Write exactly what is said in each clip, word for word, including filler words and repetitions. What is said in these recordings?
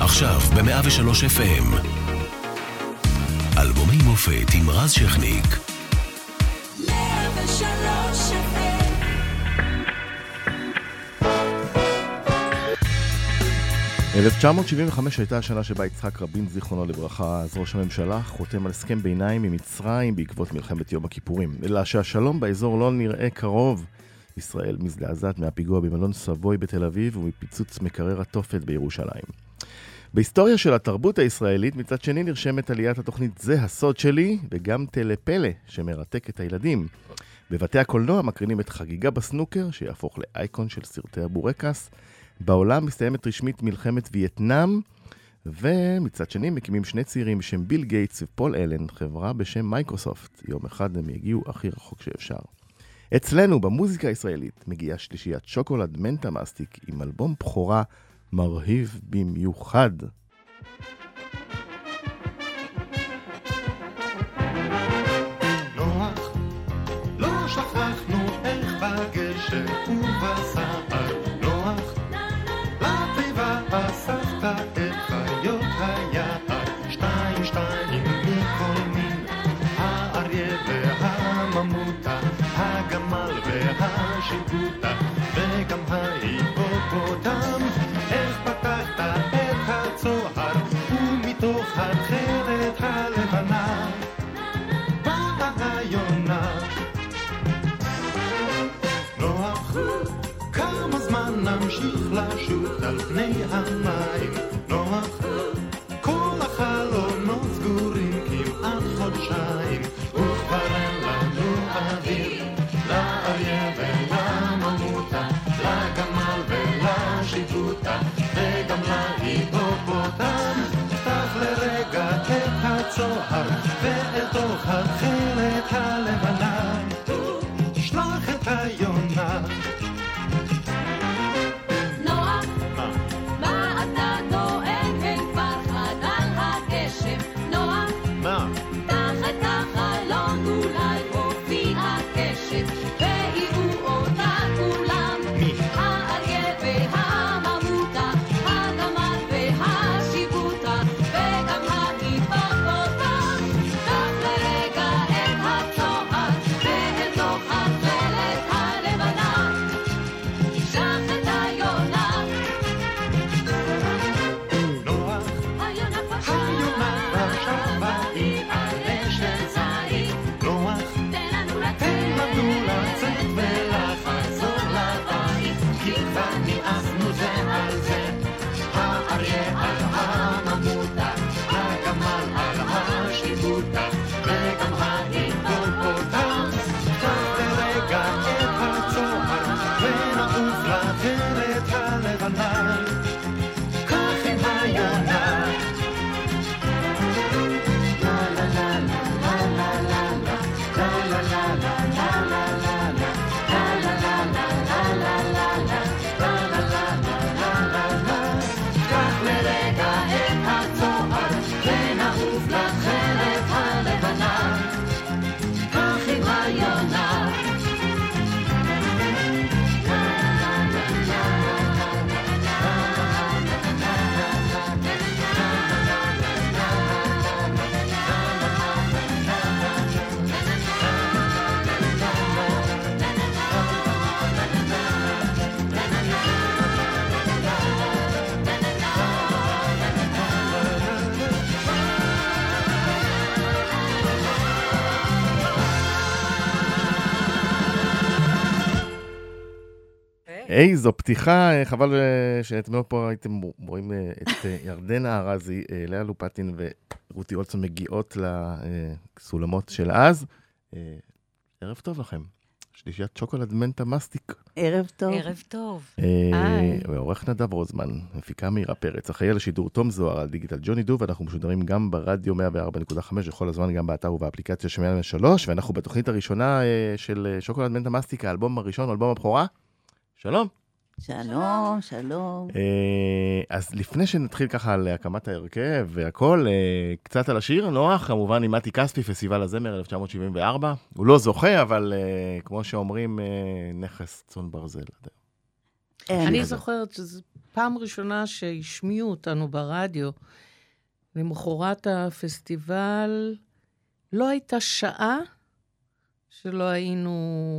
עכשיו ב-מאה ושלוש אף אם. אלבומי מופת עם רז שכניק. מאה ושלוש אף אם. אלף תשע מאות שבעים וחמש הייתה השנה שבה יצחק רבין זיכרונו לברכה, אז ראש הממשלה חותם על הסכם ביניים עם מצרים בעקבות מלחמת יום הכיפורים. אלא שהשלום באזור לא נראה קרוב. ישראל מזדעזעת מהפיגוע במלון סבוי בתל אביב ומפיצוץ מקרר התופת בירושלים. בהיסטוריה של התרבות הישראלית מצד שני נרשמת עליית התוכנית זה הסוד שלי וגם טלפלא שמרתק את הילדים. בבתי הקולנוע מקרינים את חגיגה בסנוקר שיהפוך לאייקון של סרטי הבורקס. בעולם מסתיימת רשמית מלחמת וייטנאם, ומצד שני מקימים שני צעירים בשם ביל גייטס ופול אלן, חברה בשם מייקרוסופט. יום אחד הם יגיעו הכי רחוק שאפשר. אצלנו במוזיקה הישראלית מגיעה שלישיית שוקולד מנטה מסטיק עם אלבום בכורה מרהיב במיוחד. נוח, לא שכחנו איך בגשם ובסער. נוח, לטבע אספת את חיות היער. שתיים שתיים מכל מין, האריה והממותה, הגמל והשיבוטה, וגם ההיפופוטם. איך פתחת את הצוהר, ומתוך החרת הלבנה באה היונה. נוח, כמה זמן נמשיך לשוט על פני המים. נוח, כל החלונות סגורים כמעט חודשיים, וכבר אין לנו אוויר. לאריה ולממותה, לגמל ולשיבוטה, וגם להיפופוטם. פתח לרגע את הצוהר ואל תוך החרת הלבנה שלח את היונה. נוח, מה אתה דואג? אין פחד על הגשם. נוח, מה? תחת החלון אולי הופיע קשת, והיו אותה כולם. מי? האריה והממותה, הגמל והשיבוטה, וגם ההיפופוטם. קח לרגע את הצוהר ואל תוך החלת הלבנה שלח את היונה. נוח, היונה פשעה היונה פשעה והיא עלה של זית. נוח, תן לנו תן לצאת לנו לצאת ולחזור לבית, כי כבר נמאסנו זה על זה. האריה על הממותה, הגמל על השיבוטה, וגם ההיפופוטם. קח לרגע את הצוהר ונעוף לחרת הלבנה, קח עם היונה. לה לה לה לה לה לה לה לה לה לה לה לה לה. קח לרגע את הצוהר ונעוף לחרת הלבנה, קח עם היונה. איזו פתיחה, חבל שאתמול פה הייתם רואים את ירדנה ארזי, לאה לופטין ורותי אולצון מגיעות לסולמות של אז. ערב טוב לכם. שלישיית שוקולד מנטה מסטיק. ערב טוב. ערב טוב. ועורך נדב רוזמן, מפיקה מאירה פרץ, אחראי על השידור תום זוהר, על דיגיטל ג'וני דוב, ואנחנו משודרים גם ברדיו מאה וארבע נקודה חמש, וכל הזמן גם באתר ובאפליקציה של מאה ושלוש, ואנחנו בתוכנית הראשונה של שוקולד מנטה מסטיק, האלבום הראשון, אלבום הבכורה. שלום. שלום, שלום. אז לפני שנתחיל ככה על הקמת ההרכב והכל, קצת על השיר, נוח, כמובן עם מתי כספי, פסטיבל הזמר אלף תשע מאות שבעים וארבע. הוא לא זוכה, אבל כמו שאומרים, נכס צאן ברזל. אני זוכרת שזה פעם ראשונה שהשמיעו אותנו ברדיו, למחרת הפסטיבל, לא הייתה שעה שלא היינו,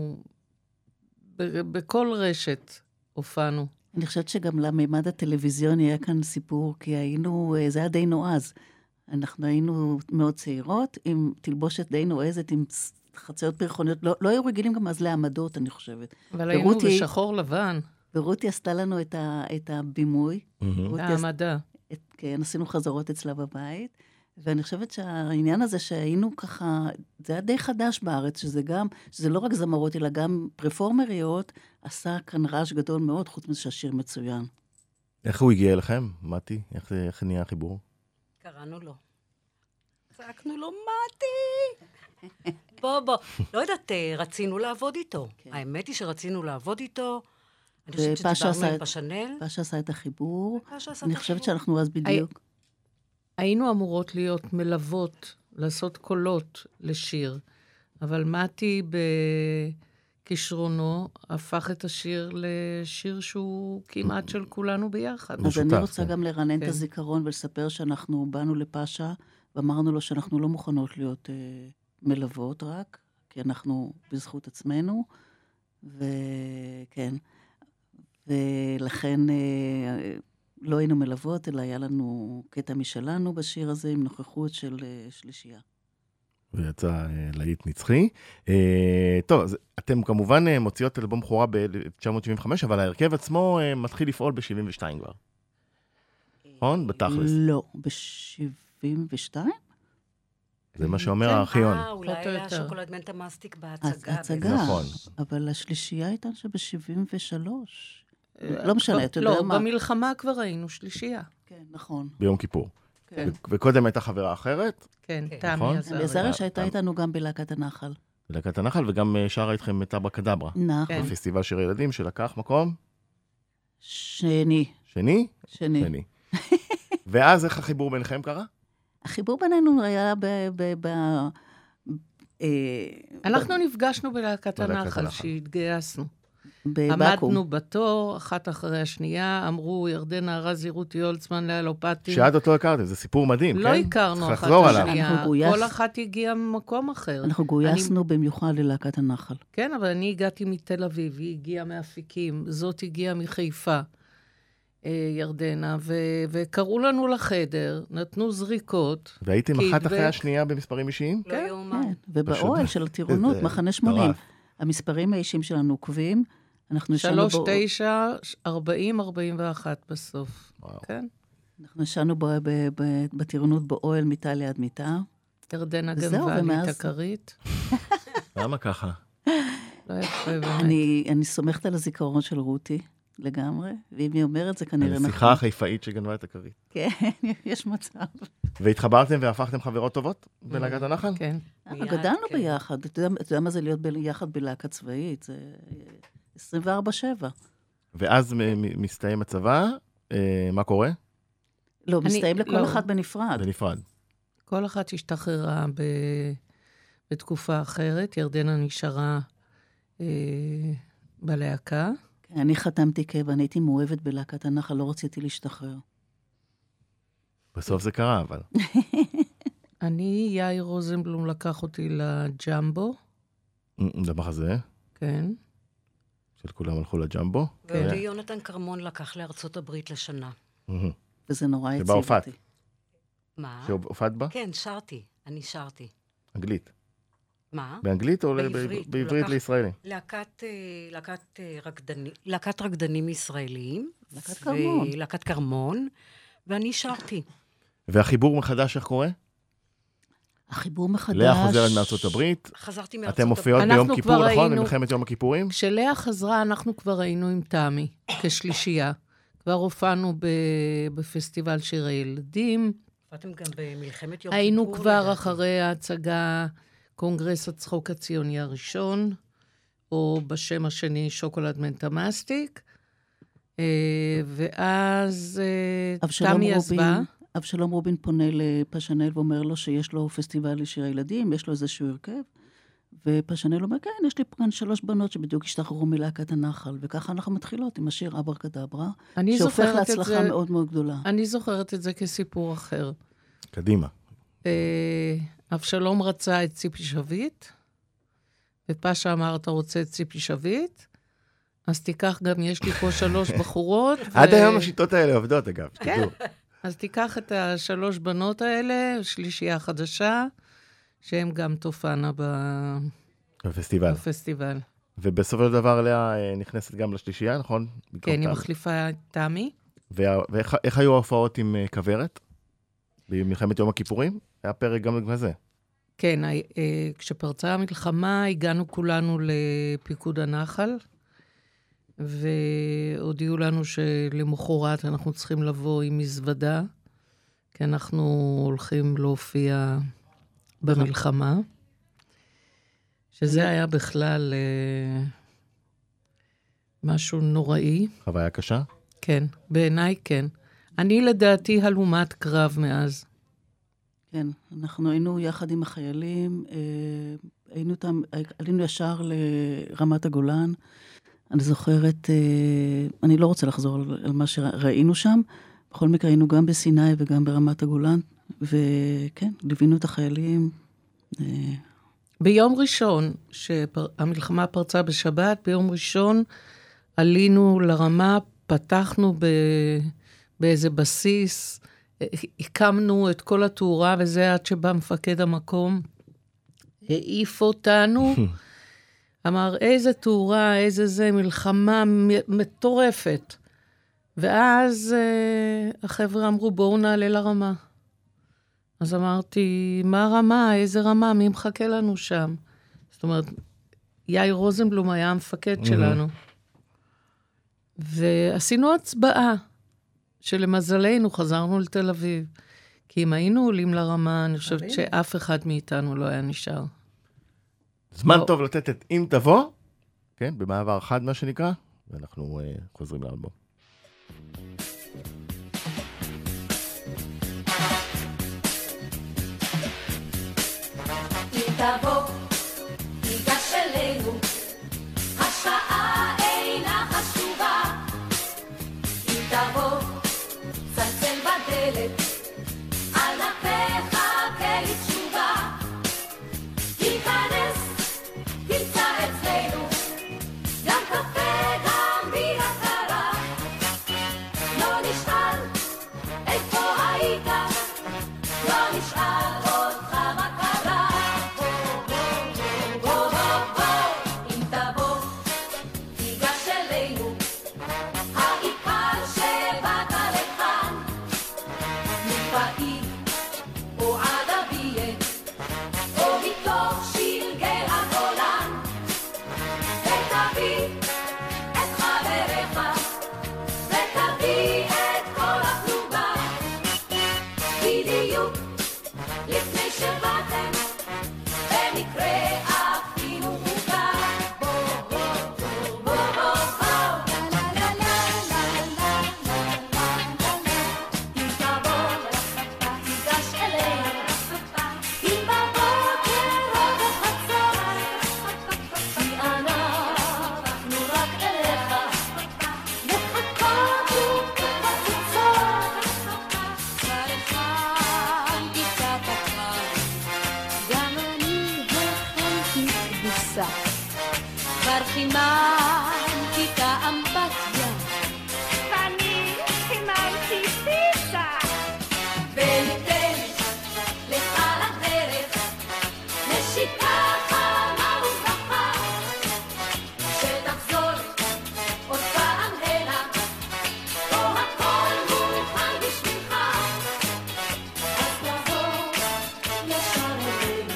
ב- בכל רשת הופענו. אני חושבת שגם למימד הטלוויזיוני היה כאן סיפור, כי היינו, זה היה די נועז. אנחנו היינו מאוד צעירות, עם תלבושת די נועזת, עם חציות פרחוניות. לא, לא היו רגילים גם אז לעמדות, אני חושבת. אבל היינו ורותי, בשחור לבן. ורותי עשתה לנו את, ה, את הבימוי. רותי עש- העמדה. את, כן, עשינו חזרות אצלה בבית. ואני חושבת שהעניין הזה שהיינו ככה, זה היה די חדש בארץ, שזה גם, שזה לא רק זמרות, אלא גם פרפורמריות, עשה כאן רעש גדול מאוד, חוץ מזה שהשיר מצוין. איך הוא הגיע אליכם, מתי? איך, איך נהיה החיבור? קראנו לו. צעקנו לו, מתי! בוא, בוא. לא יודעת, רצינו לעבוד איתו. האמת היא שרצינו לעבוד איתו. אני חושבת שדיברנו עם פשנל. פאשה עשה את החיבור. פאשה עשה את אני חושבת החיבור. שאנחנו אז בדיוק. היינו אמורות להיות מלוות, לעשות קולות לשיר, אבל מתי בכישרונו הפך את השיר לשיר שהוא כמעט של כולנו ביחד. אז משותף, אני רוצה כן. גם לרנן כן. את הזיכרון ולספר שאנחנו באנו לפאשה, ואמרנו לו שאנחנו לא מוכנות להיות אה, מלוות רק, כי אנחנו בזכות עצמנו, וכן, ולכן אה, לא היינו מלוות, אלא היה לנו קטע משלנו בשיר הזה, עם נוכחות של אה, שלישייה. ויצא אה, להיט נצחי. אה, טוב, אז אתם כמובן אה, מוציאות אלבום בכורה ב-אלף תשע מאות שבעים וחמש, אבל ההרכב עצמו אה, מתחיל לפעול ב-שבעים ושתיים כבר. נכון? בתכלס. לא, ב-שבעים ושתיים? זה מה שאומר הארכיון. אה, אולי פחות או היה יותר. שוקולד מנטה מסטיק בהצגה. הצגה. נכון. אבל השלישייה הייתה שב-שבעים ושלוש. לא משנה, אתה יודע לא, מה. במלחמה כבר היינו שלישייה. כן, נכון. ביום כיפור. כן, ו- וקודם הייתה חברה אחרת, כן, כן. נכון? תמי עזריה. עזריה שהייתה אה, איתנו גם בלהקת הנחל. בלהקת הנחל, וגם אה, שרה איתכם את אברה קדברה. נכון. כן. בפסטיבל שיר ילדים שלקח מקום שני. שני? שני. שני. ואז איך החיבור ביניכם קרה? החיבור בינינו היה ב... ב, ב אה, אנחנו נפגשנו בלהקת בלהקת הנחל, הנחל. שהתגייסנו. בבקו"ם. עמדנו בתור, אחת אחרי השנייה, אמרו, ירדנה ארזי, רותי יולצמן, לאה לופטי. שעד אותו הכרתם, זה סיפור מדהים, כן? לא הכרנו צריך אחת לחזור עליו. השנייה. אנחנו גויס- כל אחת הגיעה ממקום אחר. אנחנו גויסנו במיוחד ללהקת הנחל. כן, אבל אני הגעתי מתל אביב, היא הגיעה מאפיקים, זאת הגיעה מחיפה, אה, ירדנה, ו- וקראו לנו לחדר, נתנו זריקות. והייתם אחת קידבק. אחרי השנייה במספרים אישיים? לא יאומן. כן, ובאוהל של הטירונות, זה מחנה שמונים. מטורף. המספרים האישיים שלנו עוקבים. אנחנו ישנו שלוש, בו- תשע, ארבעים, ארבעים ואחת בסוף. וואו. כן. אנחנו ישנו ב- ב- ב- בטירונות באוהל מיטה ליד מיטה. ירדנה וזהו, גנבה לי ומאז- את הכרית. למה ככה? לא יפה, באמת. אני, אני סומכת על הזיכרון של רותי לגמרי, ואם היא אומרת זה כנראה נכון. הנסיכה החיפאית שגנבה את הכרית. כן, יש מצב. והתחברתם והפכתם חברות טובות בלהקת הנחל? כן. אנחנו מיד, גדלנו כן. ביחד. אתה יודע, אתה יודע מה זה להיות ביחד בלהקה צבאית? זה עשרים וארבע שבע. ואז מ- מ- מסתיים הצבא, אה, מה קורה? לא, אני- מסתיים לכל לא. אחד בנפרד. בנפרד. כל אחת השתחררה ב... בתקופה אחרת. ירדנה נשארה אה, בלהקה. כן, אני חתמתי קבע, אני הייתי מאוהבת בלהקת הנחל, לא רציתי להשתחרר. בסוף זה קרה, אבל. אני, יאיר רוזנבלום לקח אותי לג'מבו, דבר הזה, כן. של כולם הלכו לג'מבו. ואותי יונתן קרמון לקח לארצות הברית לשנה. מהמם. וזה נורא שבה הציב הופעת. אותי. מה? שהופעת בה? כן, שרתי. אני שרתי. אנגלית. מה? באנגלית או בעברית, ב- הוא בעברית לקח- לישראלי? להקת, אה, להקת, אה, רקדני, להקת רקדנים ישראלים. להקת קרמון. להקת קרמון, ואני שרתי. והחיבור מחדש איך קורה? החיבור מחדש... לאה חוזרת מארצות הברית, חזרתי מארצות אתם מופיעות אנחנו ביום כבר כיפור, נכון? היינו- במלחמת יום הכיפורים? כשלאה חזרה, אנחנו כבר היינו עם תמי, כשלישייה. כבר הופענו ב... בפסטיבל שירי ילדים. הופעתם גם במלחמת יום היינו כיפור. כבר לדעתי. אחרי ההצגה קונגרס הצחוק הציוני הראשון, או בשם השני שוקולד מנטה מסטיק. אה, ואז אה, אבשלום תמי רובין- עזבה. אבשלום רובין פונה לפשנל ואומר לו שיש לו פסטיבל לשירי ילדים, יש לו איזשהו הרכב, ופשנל אומר, כן, יש לי כאן שלוש בנות שבדיוק השתחררו מלהקת הנחל, וככה אנחנו מתחילות עם השיר אבר כדברה, שהופך להצלחה מאוד מאוד גדולה. אני זוכרת את זה כסיפור אחר. קדימה. אבשלום רצה את ציפי שביט, ופשה אמר, אתה רוצה את ציפי שביט? אז תיקח גם, יש לי פה שלוש בחורות. עד היום השיטות האלה עובדות, אגב. כן, אז תיקח את השלוש בנות האלה, שלישייה חדשה, שהן גם תופענה בפסטיבל. בפסטיבל. ובסופו של דבר לאה נכנסת גם לשלישייה, נכון? כן, היא מחליפה את תמי. ואיך היו ההופעות עם כוורת? במלחמת יום הכיפורים? היה פרק גם לזה. כן, כשפרצה המלחמה, הגענו כולנו לפיקוד הנחל, והודיעו לנו שלמחרת אנחנו צריכים לבוא עם מזוודה, כי אנחנו הולכים להופיע במלחמה, שזה היה בכלל אה, משהו נוראי. חוויה קשה? כן, בעיניי כן. אני לדעתי הלומת קרב מאז. כן, אנחנו היינו יחד עם החיילים, אה, היינו תם, עלינו ישר לרמת הגולן. אני זוכרת, אה, אני לא רוצה לחזור על, על מה שראינו שם, בכל מקרה היינו גם בסיני וגם ברמת הגולן, וכן, ליווינו את החיילים. אה... ביום ראשון, שהמלחמה פרצה בשבת, ביום ראשון עלינו לרמה, פתחנו ב... באיזה בסיס, הקמנו את כל התאורה, וזה עד שבא מפקד המקום, העיף אותנו, אמר, איזה תאורה, איזה זה, מלחמה מטורפת. ואז uh, החבר'ה אמרו, בואו נעלה לרמה. אז אמרתי, מה רמה? איזה רמה? מי מחכה לנו שם? זאת אומרת, יאיר רוזנבלום היה המפקד שלנו. ועשינו הצבעה, שלמזלנו חזרנו לתל אביב. כי אם היינו עולים לרמה, אני חושבת שאף אחד מאיתנו לא היה נשאר. זמן טוב לתת את אם תבוא, כן, במעבר חד מה שנקרא, ואנחנו uh, חוזרים לאלבום. אם תבוא, ניגש אלינו, השעה אינה חשובה. אם תבוא, צלצל בדלת, אל תחכה לתשובה. תיכנס, תמצא אצלנו, גם קפה, גם בירה קרה. לא נשאל איפה היית, לא נשאל אותך מה קרה. בוא, בוא, בוא, אם תבוא, תיגש אלינו, העיקר שבאת לכאן. מפאי או עדביה, או מתוך שלגי הגולן, ותביא את חבריך, ותביא את כל הפלוגה. בדיוק לפני שבאתם, במקרה אפילו עוגה. בוא, בוא, בוא, בוא, בוא, לה לה לה לה לה לה לה לה. אם תבוא, תיגש אלינו, אם בבוקר או בחצות, כי אנחנו רק אליך, מחכות ובחצוצות. כבר הכנתי קצת הקרב, גם אני הכנתי כביסה, כבר חיממתי את האמבטיה, ואני חיממתי פיצה. וניתן לך לדרך נשיקה חמה וברכה, שתחזור עוד פעם הנה, פה הכל מוכן בשבילך. אז תבוא ישר אלינו,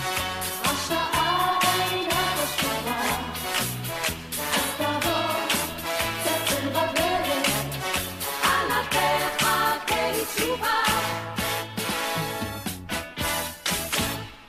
השעה אינה חשובה. אז תבוא, צלצל בדלת, אל תחכה לתשובה.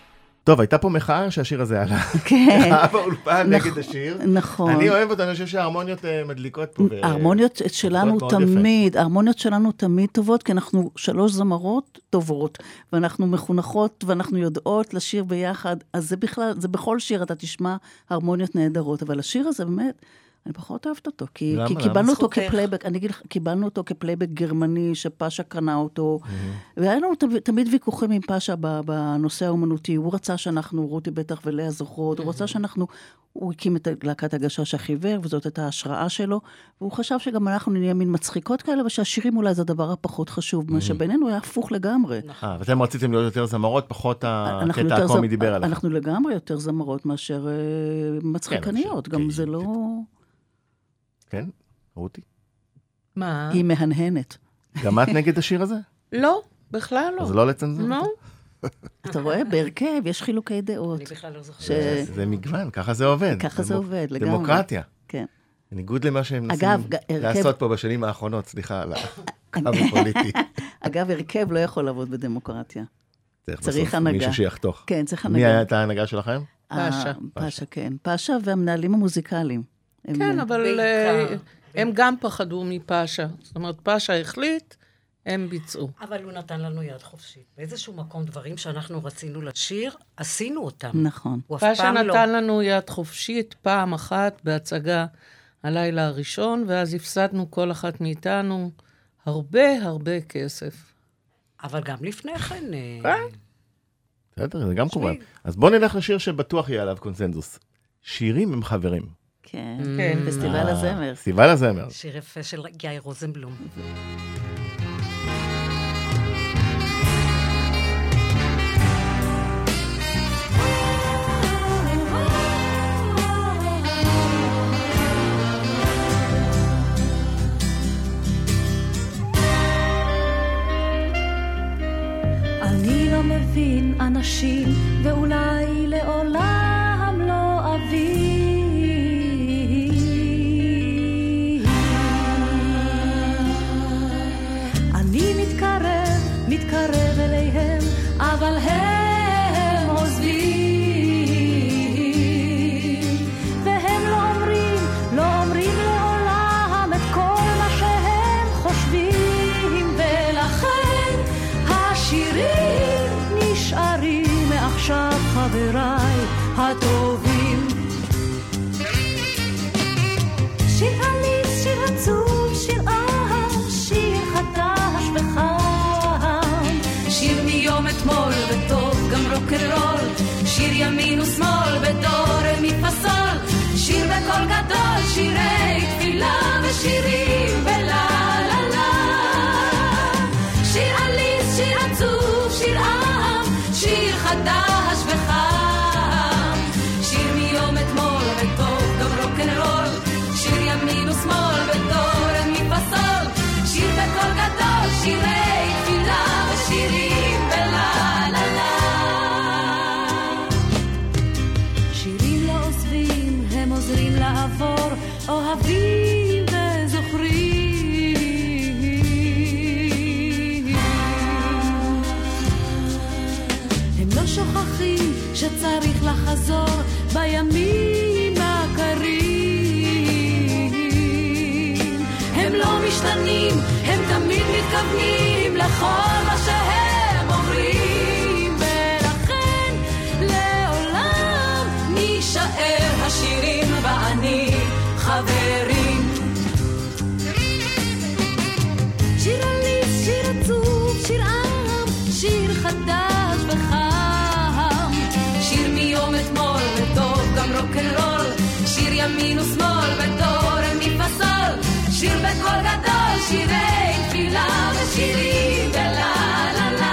טוב, הייתה פה מחאה שהשיר הזה עלה. כן. מחאה באולפן נגד השיר. נכון. אני אוהב אותו, אני חושב שההרמוניות מדליקות פה. ההרמוניות שלנו תמיד, ההרמוניות שלנו תמיד טובות, כי אנחנו שלוש זמרות טובות, ואנחנו מחונכות, ואנחנו יודעות לשיר ביחד, אז זה בכלל, זה בכל שיר אתה תשמע הרמוניות נהדרות, אבל השיר הזה באמת, אני פחות אוהבת אותו, כי, כי קיבלנו אותו כפלייבק, אני אגיד לך, קיבלנו אותו כפלייבק גרמני, שפאשה קנה אותו, והיה לנו תמיד ויכוחים עם פאשה בנושא האומנותי, הוא רצה שאנחנו, רותי בטח ולאה זוכרות, הוא רצה שאנחנו, הוא הקים את להקת הגשש החיוור, וזאת הייתה ההשראה שלו, והוא חשב שגם אנחנו נהיה מין מצחיקות כאלה, ושהשירים אולי זה הדבר הפחות חשוב, מה שבינינו היה הפוך לגמרי. אה, ואתם רציתם להיות יותר זמרות, פחות הקטע הקומי דיבר עליך. אנחנו לגמרי יותר זמרות מאשר מצחיקניות, גם זה לא... כן? רותי? מה? היא מהנהנת. גם את נגד השיר הזה? לא, בכלל לא. אז לא לצנזר? לא. אתה רואה, בהרכב יש חילוקי דעות. אני בכלל לא זוכרת. זה מגוון, ככה זה עובד. ככה זה עובד, לגמרי. דמוקרטיה. כן. בניגוד למה שהם מנסים לעשות פה בשנים האחרונות, סליחה, על הקו הפוליטי. אגב, הרכב לא יכול לעבוד בדמוקרטיה. צריך הנהגה. מישהו שיחתוך. כן, צריך הנהגה. מי הייתה ההנהגה שלכם? פאשה. פאשה, כן. פאשה והמנהלים המוזיקליים. כן, אבל הם גם פחדו מפאשה. זאת אומרת, פאשה החליט, הם ביצעו. אבל הוא נתן לנו יד חופשית. באיזשהו מקום דברים שאנחנו רצינו לשיר, עשינו אותם. נכון. פאשה נתן לנו יד חופשית פעם אחת בהצגה הלילה הראשון, ואז הפסדנו כל אחת מאיתנו הרבה הרבה כסף. אבל גם לפני כן... כן. בסדר, זה גם קורה. אז בואו נלך לשיר שבטוח יהיה עליו קונצנזוס. שירים הם חברים. כן, כן, פסטיבל הזמר. פסטיבל הזמר. שיר יפה של יאיר רוזנבלום. אני לא מבין אנשים, ואולי לעולם לא אבין. מתקרב אליהם, אבל הם עוזבים, והם לא אומרים, לא אומרים לעולם את כל מה שהם חושבים, ולכן השירים נשארים מעכשיו חבריי הטובים. שיר אמיץ, שיר עצוב, שיר אהב, שיר חדש וחם, שיר מיום אתמול וטוב גם רוקרול, שיר ימין ושמאל בדור מפסול, שיר בקול גדול, שירי תפילה ושירים בלה לה לה, שיר עליס, שיר עצוב, שיר עם, שיר חדש וחם, שיר מיום אתמול וטוב גם רוקרול, שיר ימין ושמאל בדור מפסול, שיר בקול גדול, שירי תפילה שירים בלה לה לה, שירים לא עוזבים, הם עוזרים לעבור, אוהבים וזוכרים, הם לא שוכחים שצריך לחזור בימים הקרים, הם לא משתנים, הם תמיד מתכוונים לכל מה שהם אומרים, ולכן לעולם נשאר השירים ואני חברים. שיר עליס, שיר עצוב, שיר עם, שיר חדש וחם, שיר מיום אתמול וטוב גם רוקרול, שיר ימין ושמאל בדור מפסול, שיר בקול גדול, שירי תפילה ושירים בלה לה לה,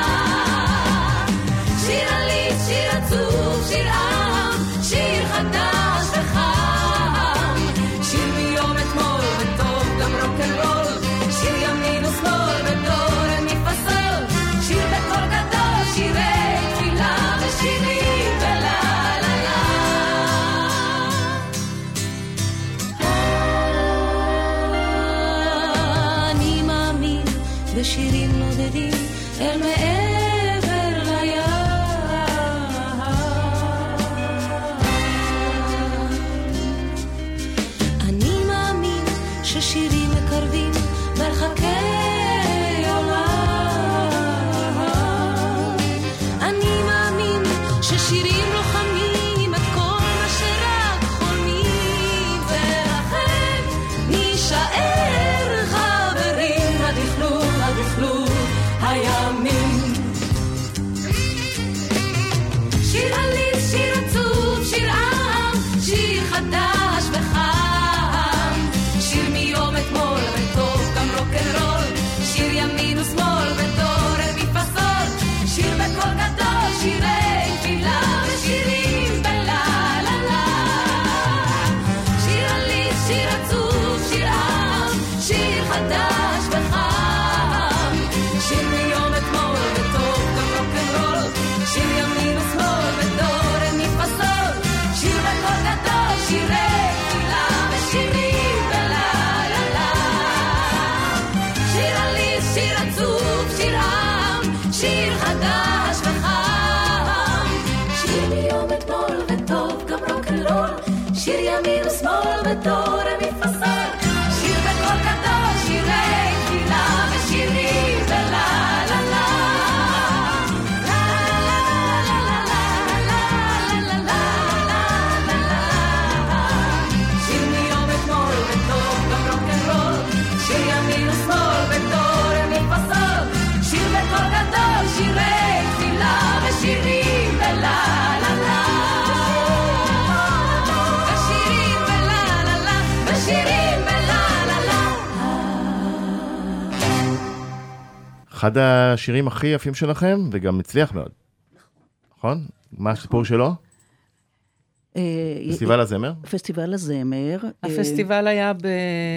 שיר עליס, שיר עצוב, שיר עם, שיר חדש וחם, שיר מיום אתמול וטוב גם רוקרול, שיר ימין ושמאל בדור מפסול, שיר בקול גדול, שירי תפילה ושירים בלה לה לה. אני מאמין בשירים נודדים אל מעבר לים, שיר מיום אתמול וטוב גם רוקנרול, שיר ימין ושמאל ודור מפסול, שיר בקול גדול, שירי תפילה ושירים בלה לה לה, שיר עליז, שיר עצוב, שיר עם, שיר חדש וחם, שיר מיום אתמול וטוב גם רוקנרול, שיר ימין ושמאל ודור מפסול, שיר בקול גדול, שירי תפילה ושירים בלה לה לה, שיר מיום אתמול וטוב גם רוקנרול, שיר ימין ושמאל ודור מפסול, שיר בקול גדול, שירי תפילה ושירים בלה לה לה, ושירים בלה לה לה, ושירים בלה לה לה. אחד השירים הכי יפים שלכם, וגם מצליח מאוד. נכון? מה הסיפור שלו? אה, פסטיבל הזמר? פסטיבל הזמר. אה, הפסטיבל היה ב...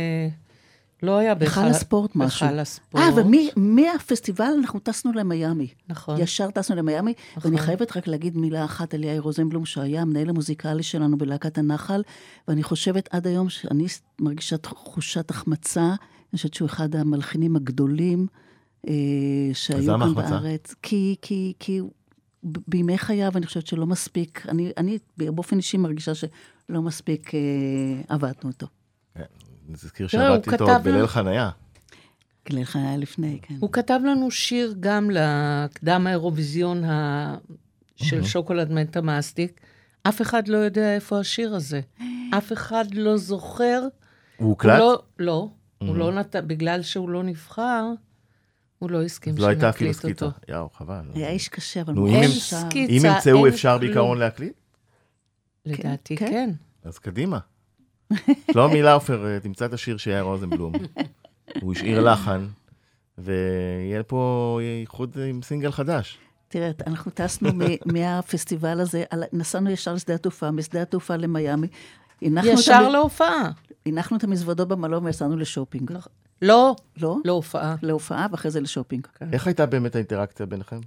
לא היה היכל הספורט משהו. היכל הספורט. אה, אבל מ- מהפסטיבל אנחנו טסנו למיאמי. נכון. ישר טסנו למיאמי, נכון. ואני חייבת רק להגיד מילה אחת על יאיר רוזנבלום, שהיה המנהל המוזיקלי שלנו בלהקת הנחל, ואני חושבת עד היום שאני מרגישה תחושת החמצה, אני חושבת שהוא אחד המלחינים הגדולים אה, שהיו למה כאן החמצה? בארץ. כי, כי, כי ב- בימי חייו אני חושבת שלא מספיק, אני, אני באופן אישי מרגישה שלא מספיק אה, עבדנו אותו. נזכיר תראה, הוא שעבדתי איתו כתב בליל לנו- חניה. כליל חניה לפני, כן. הוא כתב לנו שיר גם לקדם האירוויזיון ה... של שוקולד מנטה מסטיק. אף אחד לא יודע איפה השיר הזה. אף אחד לא זוכר. הוא הוא הוקלט? לא, לא. הוא לא נת... בגלל שהוא לא נבחר, הוא לא הסכים לא הייתה אפילו שנקליט סקיצה. אותו. יאו, חבל. היה איש קשה, אבל נו, מאוד אם הם- שר. סקיצה, אם ימצאו אין אפשר כלום. בעיקרון להקליט? לדעתי כן. כן. אז קדימה. שלומי לאופר, תמצא את השיר שיהיה רוזנבלום. הוא השאיר לחן, ויהיה פה ייחוד עם סינגל חדש. תראה, אנחנו טסנו מ- מהפסטיבל הזה, על- נסענו ישר לשדה התעופה, משדה התעופה למיאמי. הנחנו את ישר המ- להופעה. הנחנו את המזוודות במלון ויצאנו לשופינג. לא, לא? להופעה. להופעה ואחרי זה לשופינג. איך הייתה באמת האינטראקציה ביניכם?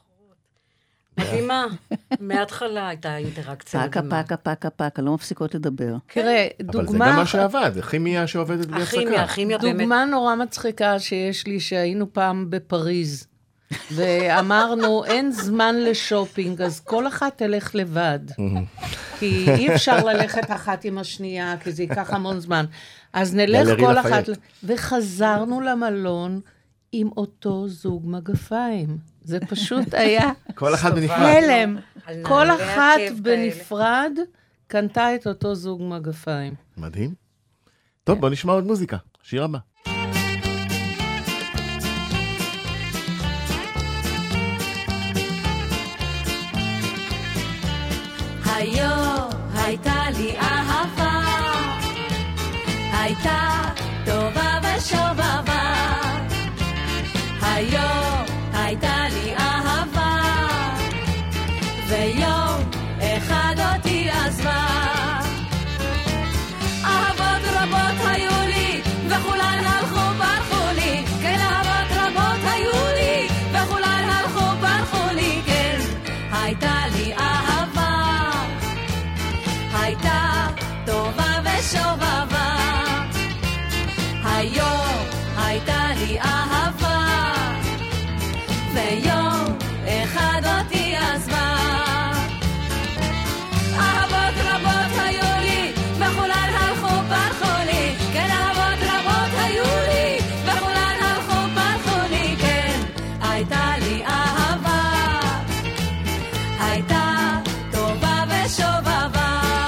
מדהימה. מההתחלה הייתה אינטראקציה פקה, מדהימה. פקה, פקה, פקה, לא מפסיקות לדבר. תראה, אבל זה גם דוגמה, מה שעבד, זה כימיה שעובדת בלי הפסקה. הכימיה, הכימיה באמת. דוגמה נורא מצחיקה שיש לי, שהיינו פעם בפריז, ואמרנו, אין זמן לשופינג, אז כל אחת תלך לבד. כי אי אפשר ללכת אחת עם השנייה, כי זה ייקח המון זמן. אז נלך גלרי כל לפייט. אחת, וחזרנו למלון עם אותו זוג מגפיים. זה פשוט היה כל אחד בנפרד. הלם. על כל נעלי אחת עקב בנפרד קנתה את אותו זוג מגפיים. מדהים. טוב, בוא נשמע עוד מוזיקה. שיר הבא. היום הייתה לי אהבה, הייתה טובה ושובבה. היום הייתה לי אהבה, ויום אחד אותי עזבה. אהבות רבות היו לי, וכולן הלכו ברחו לי. כן, אהבות רבות היו לי, וכולן הלכו ברחו לי. כן, הייתה לי אהבה, הייתה טובה ושובבה. היום הייתה לי אהבה, ויום אחד אותי עזבה. אהבות רבות היו לי, וכולן הלכו ברחו לי. כן, אהבות רבות היו לי, וכולן הלכו ברחו לי. כן, הייתה לי אהבה, הייתה טובה ושובבה.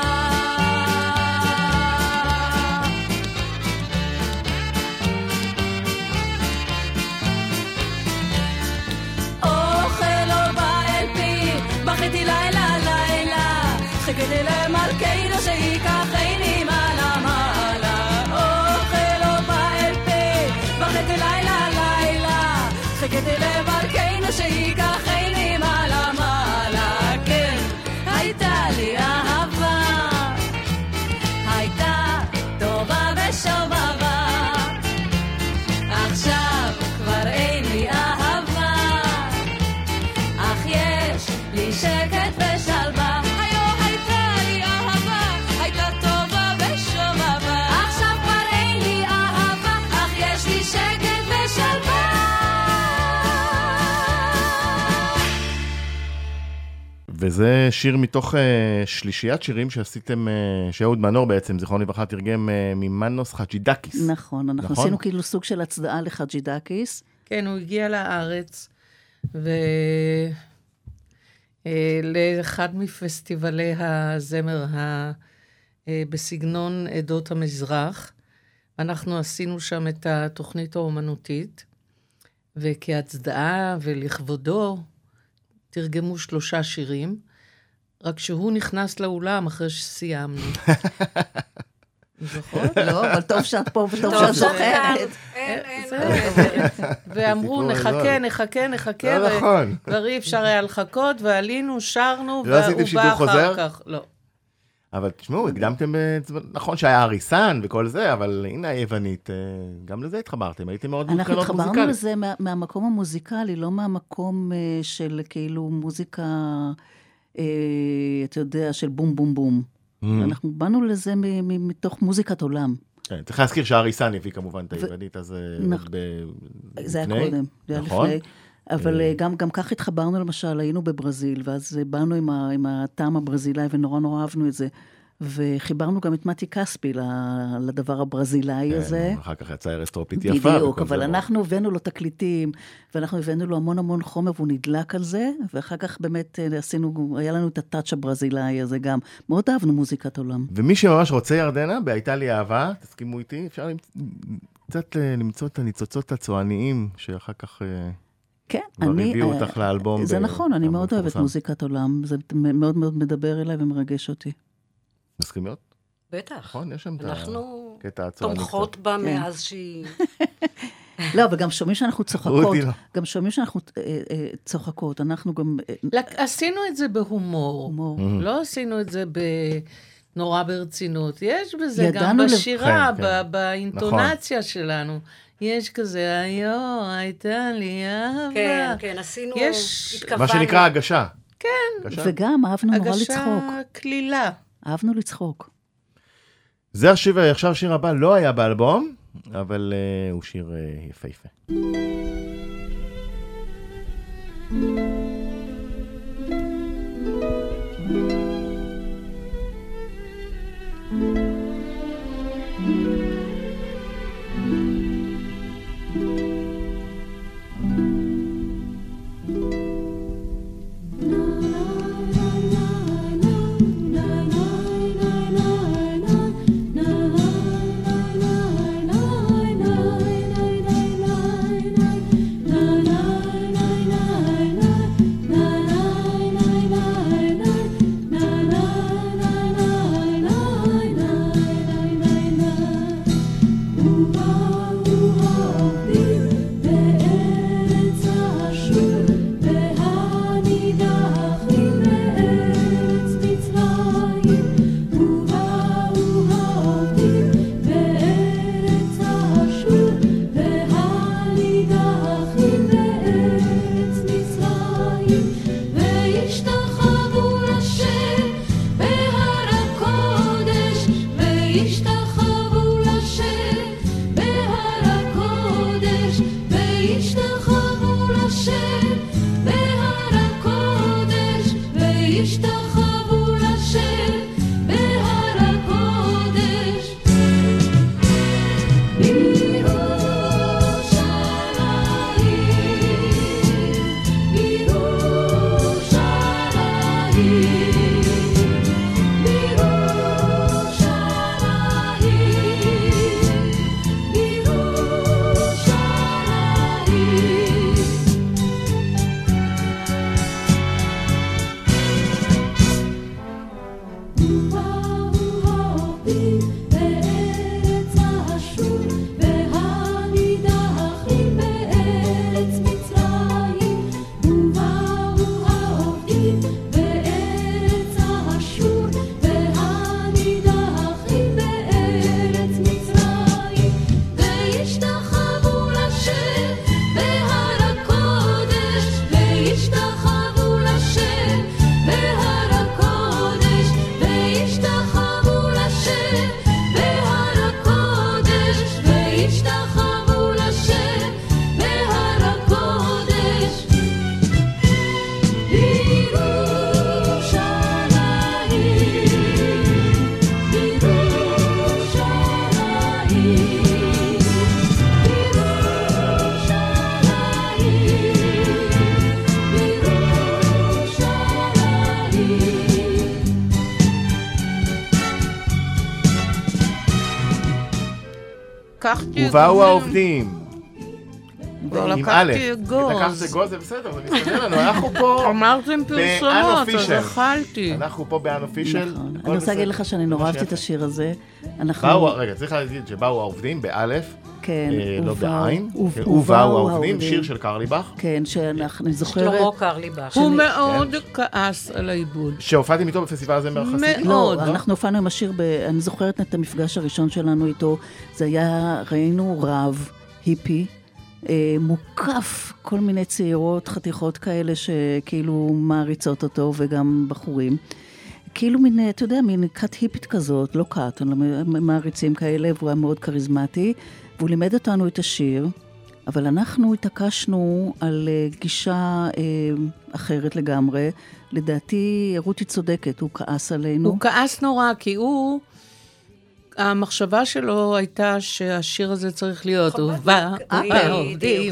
אוכל לא בא אל פי, בכיתי לילה לילה, חיכיתי למלכנו שיקחני מעלה מעלה. אוכל לא בא אל פי, בכיתי לילה לילה, חיכיתי למלכנו שיקחני מעלה מעלה. כן, הייתה לי אהבה, הייתה טובה ושובבה. עכשיו כבר אין לי אהבה, וזה שיר מתוך uh, שלישיית שירים שעשיתם, uh, שאהוד מנור בעצם, זיכרון לברכה, תרגם uh, ממנוס חג'ידקיס. נכון, אנחנו נכון? עשינו כאילו סוג של הצדעה לחג'ידקיס. כן, הוא הגיע לארץ, ו... לאחד מפסטיבלי הזמר ה... בסגנון עדות המזרח. אנחנו עשינו שם את התוכנית האומנותית, וכהצדעה ולכבודו תרגמו שלושה שירים, רק שהוא נכנס לאולם אחרי שסיימנו. זוכרת? לא, אבל טוב שאת פה וטוב שאת זוכרת. ואמרו, נחכה, נחכה, נחכה, כבר אי אפשר היה לחכות, ועלינו, שרנו, לא עשיתם שידור חוזר? לא. אבל תשמעו, הקדמתם, נכון שהיה אריסן וכל זה, אבל הנה היוונית, גם לזה התחברתם, הייתם מאוד מוזיקליות מוזיקלית. אנחנו התחברנו לזה מהמקום המוזיקלי, לא מהמקום של כאילו מוזיקה, אתה יודע, של בום בום בום. אנחנו באנו לזה מתוך מוזיקת עולם. כן, צריך להזכיר שהאריסן הביא כמובן את היוונית, אז זה היה קודם, זה היה לפני. אבל גם, גם כך התחברנו למשל, היינו בברזיל, ואז באנו עם, ה, עם הטעם הברזילאי, ונורא נורא אהבנו את זה. וחיברנו גם את מתי כספי לדבר הברזילאי כן, הזה. אחר כך יצא ארסטרופית יפה. בדיוק, אבל אנחנו הבאנו לו תקליטים, ואנחנו הבאנו לו המון המון חומר, והוא נדלק על זה, ואחר כך באמת עשינו, היה לנו את הטאץ' הברזילאי הזה גם. מאוד אהבנו מוזיקת עולם. ומי שממש רוצה ירדנה, בהייתה לי אהבה, תסכימו איתי, אפשר קצת למצוא את הניצוצות הצועניים, שאחר כך... כן, אני... הביאו אותך לאלבום. זה נכון, אני מאוד אוהבת מוזיקת עולם, זה מאוד מאוד מדבר אליי ומרגש אותי. מסכימות? בטח. נכון, יש שם את הקטע הצועני. אנחנו תומכות בה מאז שהיא... לא, אבל גם שומעים שאנחנו צוחקות. גם שומעים שאנחנו צוחקות. אנחנו גם... עשינו את זה בהומור. לא עשינו את זה נורא ברצינות. יש בזה גם בשירה, באינטונציה שלנו. יש כזה, היו, הייתה לי אהבה. כן, כן, עשינו, התכוונו. מה שנקרא הגשה. כן. וגם אהבנו נורא לצחוק. הגשה כלילה. אהבנו לצחוק. זה השיר, עכשיו השיר הבא לא היה באלבום, אבל uh, הוא שיר uh, יפהפה. לקחתי... ובאו העובדים. כבר עם א', לקחתי אגוז. לקחת אגוז, זה בסדר, זה מסתדר לנו, אנחנו פה... אמרתם פרסומות, אז אכלתי. אנחנו פה באנופישל. נכון. אני רוצה להגיד לך שאני נורא אהבתי את השיר הזה. באו, רגע, צריך להגיד שבאו העובדים באלף, כן, לא בעין, ובאו ובאו העובדים, שיר של קרליבך. כן, שאני זוכרת... שלמה קרליבך. הוא מאוד כעס על העיבוד. שהופעתם איתו בפסטיבל הזה מרחסי? מאוד. לא, אנחנו הופענו עם השיר, אני זוכרת את המפגש הראשון שלנו איתו, זה היה, ראינו רב, היפי, מוקף כל מיני צעירות, חתיכות כאלה שכאילו מעריצות אותו, וגם בחורים. כאילו מין, אתה יודע, מין קאט היפית כזאת, לא קאט, מעריצים כאלה, והוא היה מאוד כריזמטי, והוא לימד אותנו את השיר, אבל אנחנו התעקשנו על גישה אחרת לגמרי. לדעתי, רותי צודקת, הוא כעס עלינו. הוא כעס נורא, כי הוא... המחשבה שלו הייתה שהשיר הזה צריך להיות, הוא בא, העובדים,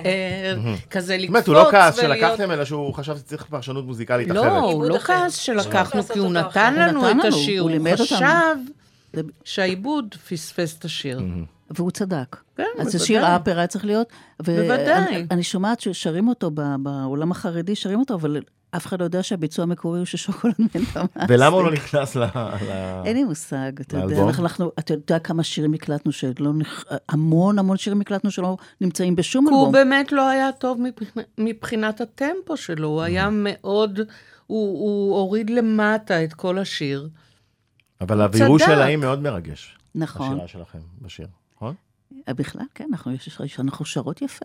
כזה לקפוץ. באמת, הוא לא כעס שלקחתם, אלא שהוא חשב שצריך פרשנות מוזיקלית אחרת. לא, הוא לא כעס שלקחנו, כי הוא נתן לנו את השיר, הוא חשב שהעיבוד פספס את השיר. והוא צדק. כן, אז זה שיר האפר היה צריך להיות. בוודאי. אני שומעת ששרים אותו בעולם החרדי, שרים אותו, אבל... אף אחד לא יודע שהביצוע המקורי הוא ששוקולד מנטה מאסי. ולמה הוא לא נכנס ל... אין לי מושג, אתה יודע, אנחנו, אתה יודע כמה שירים הקלטנו שלא, המון המון שירים הקלטנו שלא נמצאים בשום אלבום. הוא באמת לא היה טוב מבחינת הטמפו שלו, הוא היה מאוד, הוא הוריד למטה את כל השיר. אבל האווירות שלהם מאוד מרגש. נכון. השירה שלכם בשיר, נכון? בכלל, כן, אנחנו שרות יפה.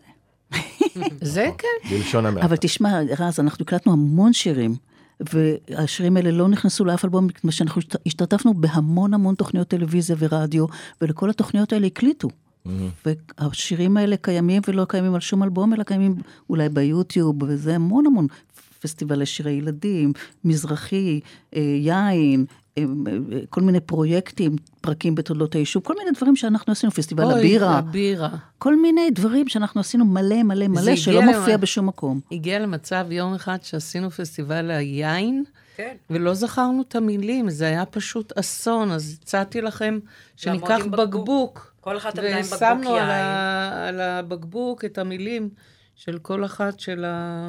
זה כן. בלשון המעט. אבל תשמע, רז, אנחנו הקלטנו המון שירים, והשירים האלה לא נכנסו לאף אלבום, כמו שאנחנו השתתפנו בהמון המון תוכניות טלוויזיה ורדיו, ולכל התוכניות האלה הקליטו. והשירים האלה קיימים ולא קיימים על שום אלבום, אלא קיימים אולי ביוטיוב, וזה המון המון פסטיבלי שירי ילדים, מזרחי, יין, כל מיני פרויקטים, פרקים בתולדות היישוב, כל מיני דברים שאנחנו עשינו, פסטיבל הבירה. הבירה. כל מיני דברים שאנחנו עשינו מלא מלא מלא, שלא מופיע בשום מקום. הגיע למצב יום אחד שעשינו פסטיבל היין, כן. ולא זכרנו את המילים, זה היה פשוט אסון, אז הצעתי לכם שניקח בקבוק, כל אחד עם בקבוק ושמנו יין. על הבקבוק את המילים של כל אחת של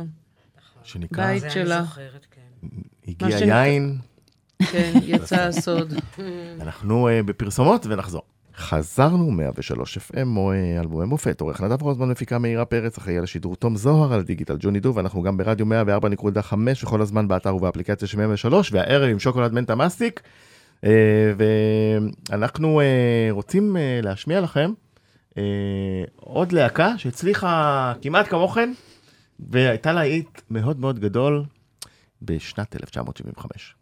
הבית שלה. זה אני זוכרת, כן. הגיע יין. כן, יצא הסוד. אנחנו בפרסומות ונחזור. חזרנו מאה ושלוש אף אם, אלבומי מופת, עורך נדב רוזמן, מפיקה מאירה פרץ, אחראי על השידור תום זוהר, על דיגיטל ג'וני דוב, ואנחנו גם ברדיו מאה וארבע נקודה חמש, וכל הזמן באתר ובאפליקציה של מאה ושלוש, והערב עם שוקולד מנטה מסטיק, ואנחנו רוצים להשמיע לכם עוד להקה שהצליחה כמעט כמוכן, והייתה להיט מאוד מאוד גדול בשנת אלף תשע מאות שבעים וחמש.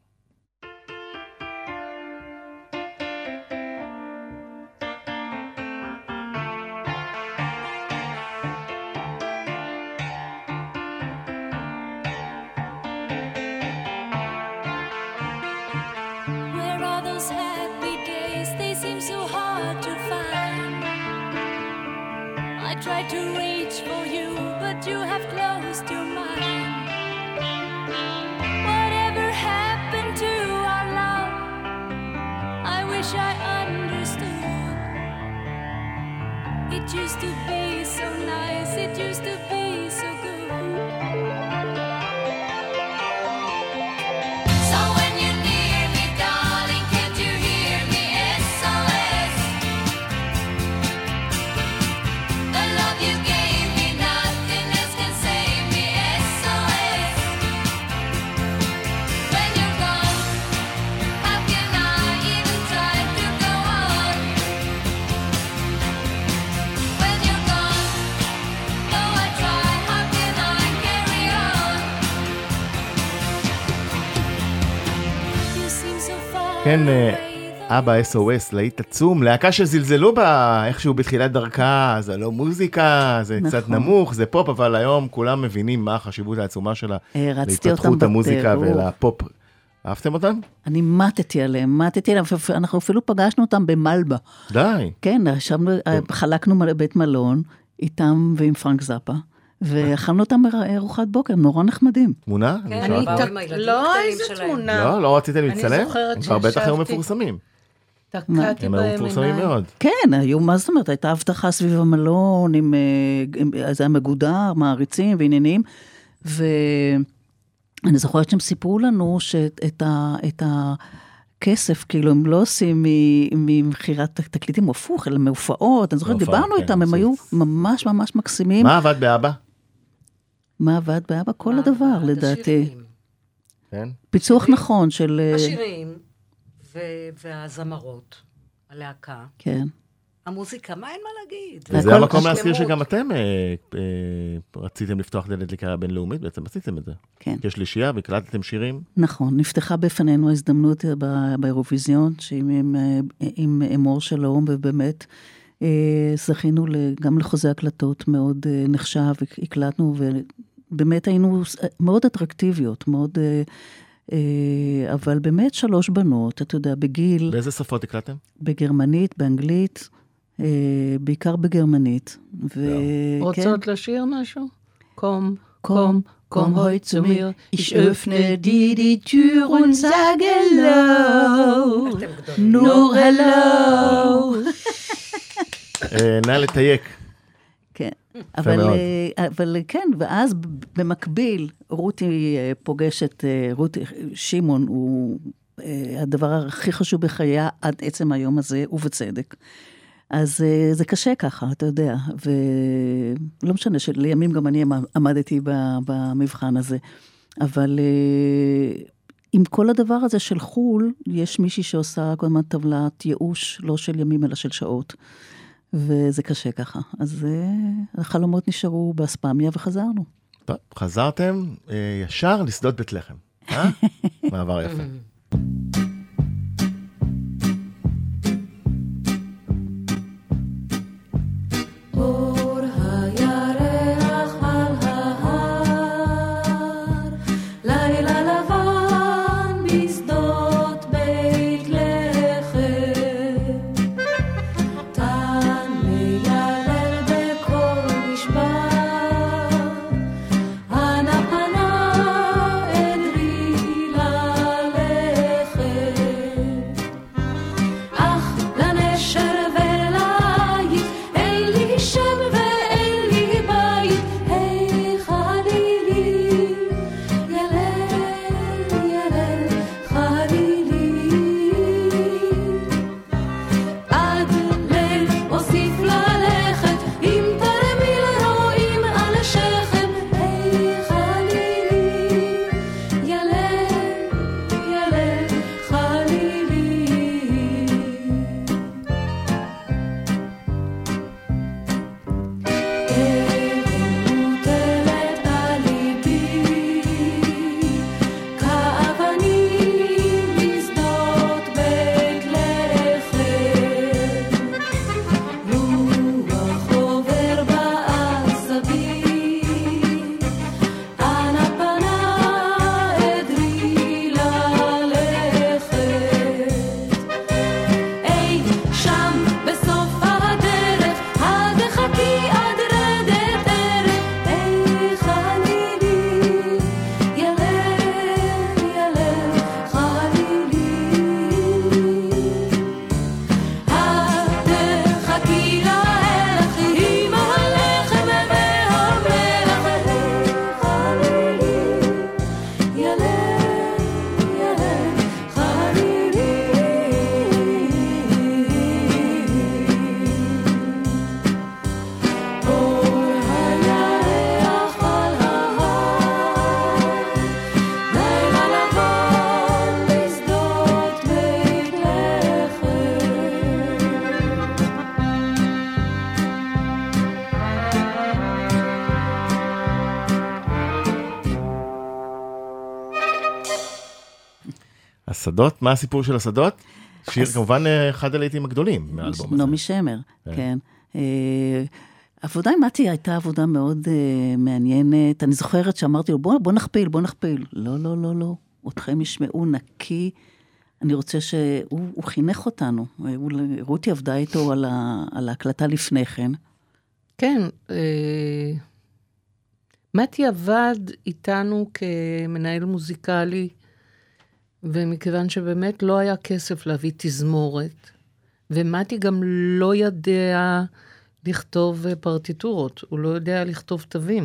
Tried to reach for you, but you have closed your mind. Whatever happened to our love? I wish I understood. It used to be so nice, it used to be so good. So when you're near me, darling, can't you hear me? S O S. The love you gave me, nothing else can save me. S O S. When you're gone, how can I even try to go on? When you're gone, though I try, how can I carry on? You seem so far כן, away. אבא אס או אס, להיט עצום, להקה שזלזלו בה איכשהו בתחילת דרכה, זה לא מוזיקה, זה נכון. קצת נמוך, זה פופ, אבל היום כולם מבינים מה החשיבות העצומה שלה הרצתי להתפתחות אותם המוזיקה בטירוף. ולפופ. אהבתם אותם? אני מתתי עליהם, מתתי עליהם, אנחנו אפילו פגשנו אותם במלבה. די. כן, ישבנו, חלקנו בית מלון איתם ועם פרנק זאפה, ואכלנו אותם ארוחת בוקר, הם נורא נחמדים. תמונה? כן, אני אני שאלתי. באו עם הילדים לא, הקטנים איזה שלהם. תמונה. לא, לא רציתם להצטלם? זוכרת הם כבר בטח היו שישבתי. מפורסמים. תקעתי הם היו בהם מפורסמים עיניים. מאוד. כן, היו, מה זאת אומרת, הייתה הבטחה סביב המלון, עם, עם, זה היה מגודר, מעריצים ועניינים, ואני זוכרת שהם סיפרו לנו שאת ה, את הכסף, כאילו, הם לא עושים ממחירת תקליטים הפוך, אלא מהופעות, אני זוכרת, דיברנו איתם, הם היו ממש ממש מקסימים. מה עבד באבא? מה עבד באבא? כל הדבר, לדעתי. כן? פיצוח נכון של... השירים והזמרות, הלהקה. כן. המוזיקה, מה אין מה להגיד? וזה המקום להזכיר שגם אתם רציתם לפתוח דלת לקריירה בינלאומית, בעצם עשיתם את זה. כן. יש שלישייה והקלטתם שירים. נכון, נפתחה בפנינו ההזדמנות באירוויזיון, עם אמור שלום, ובאמת זכינו גם לחוזה הקלטות מאוד נחשב, הקלטנו, ובאמת היינו מאוד אטרקטיביות, מאוד... אבל באמת שלוש בנות, אתה יודע, בגיל... באיזה שפות הקלטתם? בגרמנית, באנגלית, בעיקר בגרמנית. רוצות לשיר משהו? קום, קום, קום heute zu mir, ich öffne dir die Tür und sage hello, nur hello. נא לתייק. כן, אבל, אבל כן, ואז במקביל, רותי פוגשת, רותי, שימון הוא הדבר הכי חשוב בחייה עד עצם היום הזה, ובצדק. אז זה קשה ככה, אתה יודע, ולא משנה שלימים גם אני עמדתי במבחן הזה, אבל עם כל הדבר הזה של חול, יש מישהי שעושה כל הזמן טבלת ייאוש, לא של ימים אלא של שעות. וזה קשה ככה. אז החלומות נשארו באספמיה וחזרנו. טוב, חזרתם ישר לשדות בית לחם. אה? מעבר יפה. השדות, מה הסיפור של השדות? שיר כמובן אחד הלהיטים הגדולים מהאלבום הזה. נעמי שמר, כן. עבודה עם מתי הייתה עבודה מאוד מעניינת. אני זוכרת שאמרתי לו, בוא נכפיל, בוא נכפיל. לא, לא, לא, לא. אתכם ישמעו נקי. אני רוצה שהוא חינך אותנו. רותי עבדה איתו על ההקלטה לפני כן. כן. מתי עבד איתנו כמנהל מוזיקלי, ומכיוון שבאמת לא היה כסף להביא תזמורת, ומתי גם לא יודע לכתוב פרטיטורות, הוא לא יודע לכתוב תווים.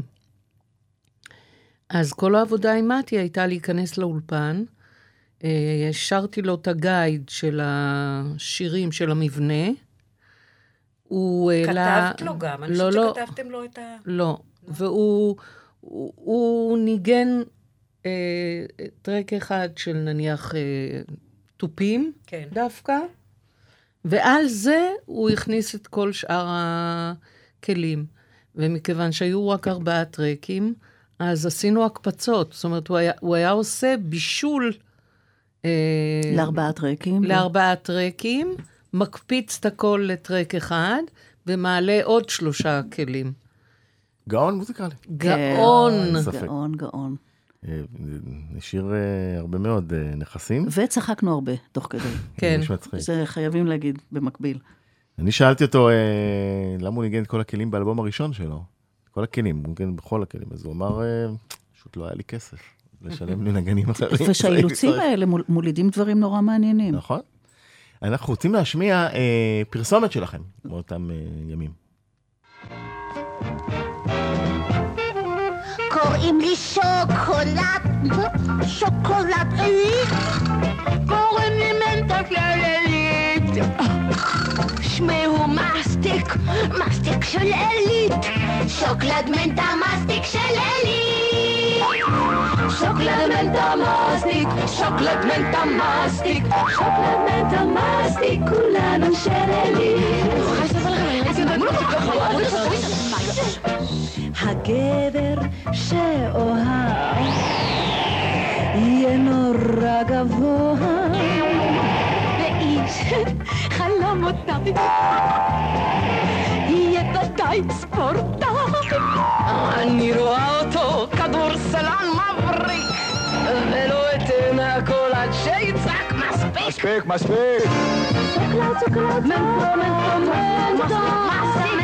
אז כל העבודה עם מתי הייתה להיכנס לאולפן, השארתי לו את הגייד של השירים של המבנה, הוא העלה... כתבת לו גם? אני לא, חושבת לא, שכתבתם לו את ה... לא, והוא הוא, הוא ניגן אה, טרק אחד של נניח אה, טופים, כן. דווקא, ועל זה הוא הכניס את כל שאר הכלים. ומכיוון שהיו רק ארבעה טרקים, אז עשינו הקפצות. זאת אומרת, הוא היה, הוא היה עושה בישול... אה, לארבעה טרקים. לארבעה טרקים, מקפיץ את הכל לטרק אחד, ומעלה עוד שלושה כלים. גאון מוזיקלי. גאון. גאון, גאון. נשאיר הרבה מאוד נכסים. וצחקנו הרבה, תוך כדי. כן. זה חייבים להגיד במקביל. אני שאלתי אותו, למה הוא ניגן את כל הכלים באלבום הראשון שלו? כל הכלים, הוא ניגן בכל הכלים. אז הוא אמר, פשוט לא היה לי כסף לשלם לי נגנים אחרים. ושהאילוצים האלה מולידים דברים נורא מעניינים. נכון. אנחנו רוצים להשמיע פרסומת שלכם באותם ימים. קוראים לי שוקולד, שוקולד עילית, קוראים לי מנטה כללית, שמי הוא מסטיק, מסטיק של עילית, שוקולד מנטה מסטיק של עילית, שוקולד מנטה מסטיק, שוקולד מנטה מסטיק, שוקולד מנטה מסטיק, כולנו של עילית. הגבר שאוהב יהיה נורא גבוה ואיש חלומותיו יהיה ודאי ספורטאי. אני רואה אותו כדורסלן מבריק ולא אתן הכל עד שיצעק מספיק מספיק מספיק שוקולד שוקולד מנטו מנטו מנטו מסטיק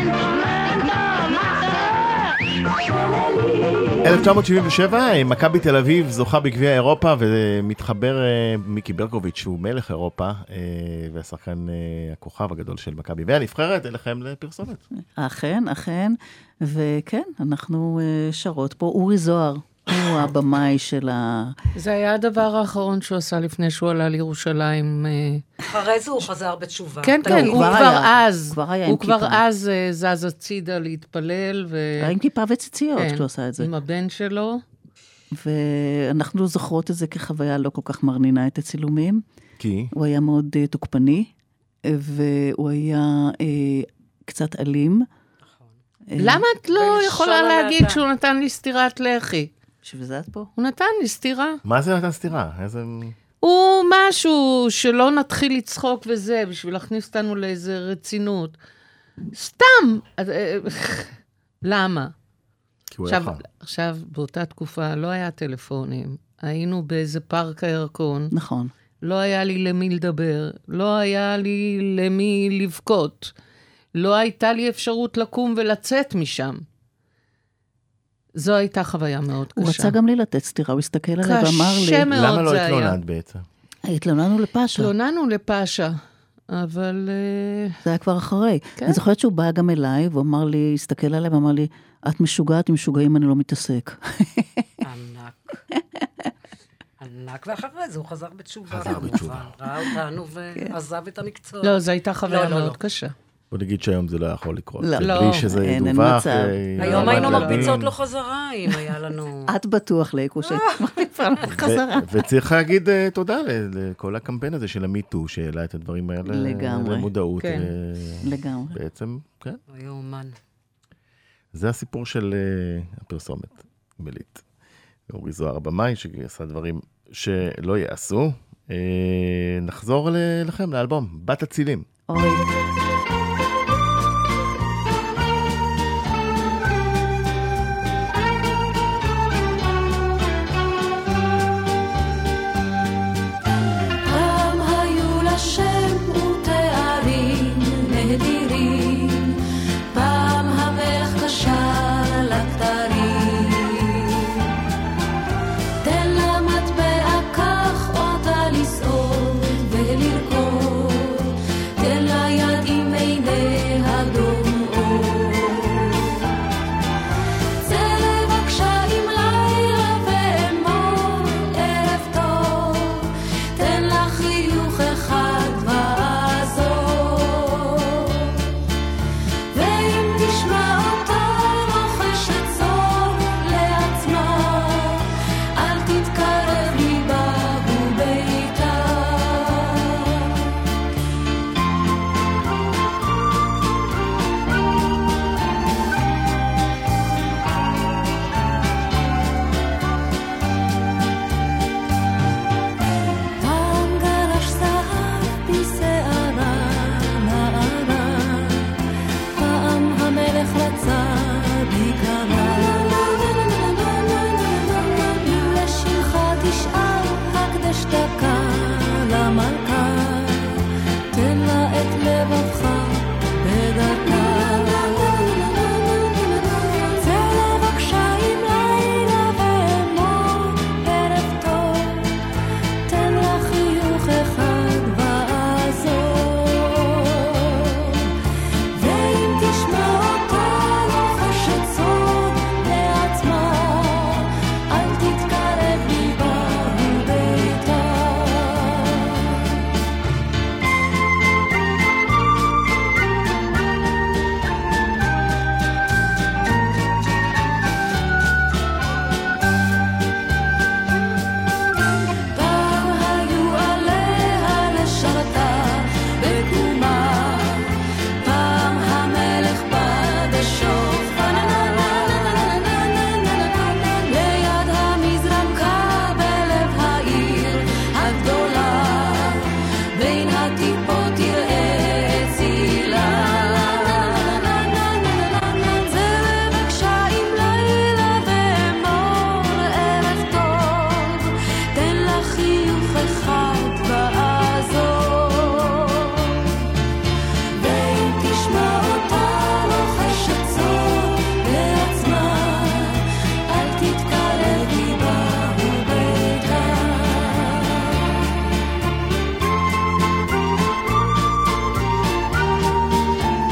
אלף תשע מאות שבעים ושבע, מכבי תל אביב זוכה בגביע אירופה, ומתחבר מיקי ברקוביץ' שהוא מלך אירופה, והשחקן הכוכב הגדול של מכבי, והנבחרת אליכם לפרסומת. אכן, אכן, וכן, אנחנו שרות פה, אורי זוהר, הוא הבמאי של ה... זה היה הדבר האחרון שהוא עשה לפני שהוא עלה לירושלים. אחרי זה הוא חזר בתשובה. כן, כן, הוא כבר אז, הוא כבר אז זז הצידה להתפלל. היה עם כיפה וציציות כשהוא עשה את זה. עם הבן שלו. ואנחנו זוכרות את זה כחוויה לא כל כך מרנינה את הצילומים. כי? הוא היה מאוד תוקפני, והוא היה קצת אלים. למה את לא יכולה להגיד שהוא נתן לי סטירת לחי? בשביל זה את פה? הוא נתן לי סטירה. מה זה נתן סטירה? איזה... הוא משהו שלא נתחיל לצחוק וזה, בשביל להכניס אותנו לאיזה רצינות. סתם! למה? כי הוא עכשיו, היה חם. עכשיו, באותה תקופה לא היה טלפונים. היינו באיזה פארק הירקון. נכון. לא היה לי למי לדבר. לא היה לי למי לבכות. לא הייתה לי אפשרות לקום ולצאת משם. זו הייתה חוויה מאוד קשה. הוא רצה גם לי לתת סתירה, הוא הסתכל עליי ואמר לי... קשה מאוד זה היה. למה לא התלוננת בעצם? התלוננו לפאשה. התלוננו לפאשה, אבל... זה היה כבר אחרי. אני זוכרת שהוא בא גם אליי, ואמר לי, הסתכל עליי ואמר לי, את משוגעת, עם משוגעים אני לא מתעסק. ענק. ענק, ואחרי זה הוא חזר בתשובה. חזר בתשובה. ראה אותנו ועזב את המקצוע. לא, זו הייתה חוויה מאוד קשה. בוא נגיד שהיום זה לא יכול לקרות. לא, בלי שזה ידווח. היום היינו מרביצות לו חזרה, אם היה לנו... את בטוח לאיקו שמרביצה לו חזרה. וצריך להגיד תודה לכל הקמפיין הזה של המיטו, שהעלה את הדברים האלה. לגמרי. למודעות. לגמרי. בעצם, כן. היה אומן. זה הסיפור של הפרסומת, מלית. אורי זוהר הבמאי, שעשה דברים שלא יעשו. נחזור לכם לאלבום, בת הצילים. אוי. תן לה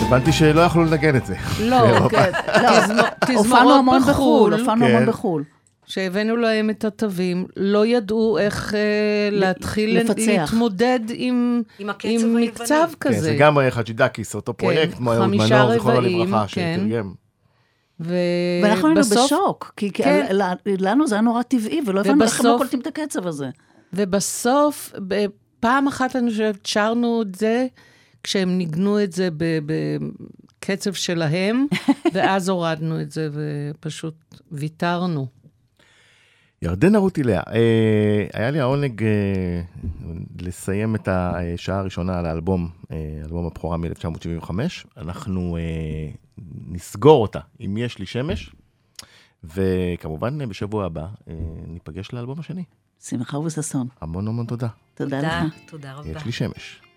הבנתי שלא יכלו לנגן את זה. לא, הופענו המון בחול, הופענו המון בחול. שהבאנו להם את התווים, לא ידעו איך להתחיל להתמודד עם מקצב כזה. זה גם חג'ידקיס, אותו פרויקט, מנור זכרונו לברכה, שתרגם. ואנחנו היינו בשוק, כי לנו זה היה נורא טבעי, ולא הבנו איך הם לא קולטים את הקצב הזה. ובסוף, פעם אחת אני חושבת, שרנו את זה, כשהם ניגנו את זה בקצב שלהם, ואז הורדנו את זה, ופשוט ויתרנו. ירדנה רותי לאה, היה לי העונג לסיים את השעה הראשונה על האלבום, אלבום הבכורה מ-אלף תשע מאות שבעים וחמש. אנחנו נסגור אותה, אם יש לי שמש, וכמובן בשבוע הבא ניפגש לאלבום השני. שמחה וששון. המון המון תודה. תודה לך. תודה רבה. יש לי שמש.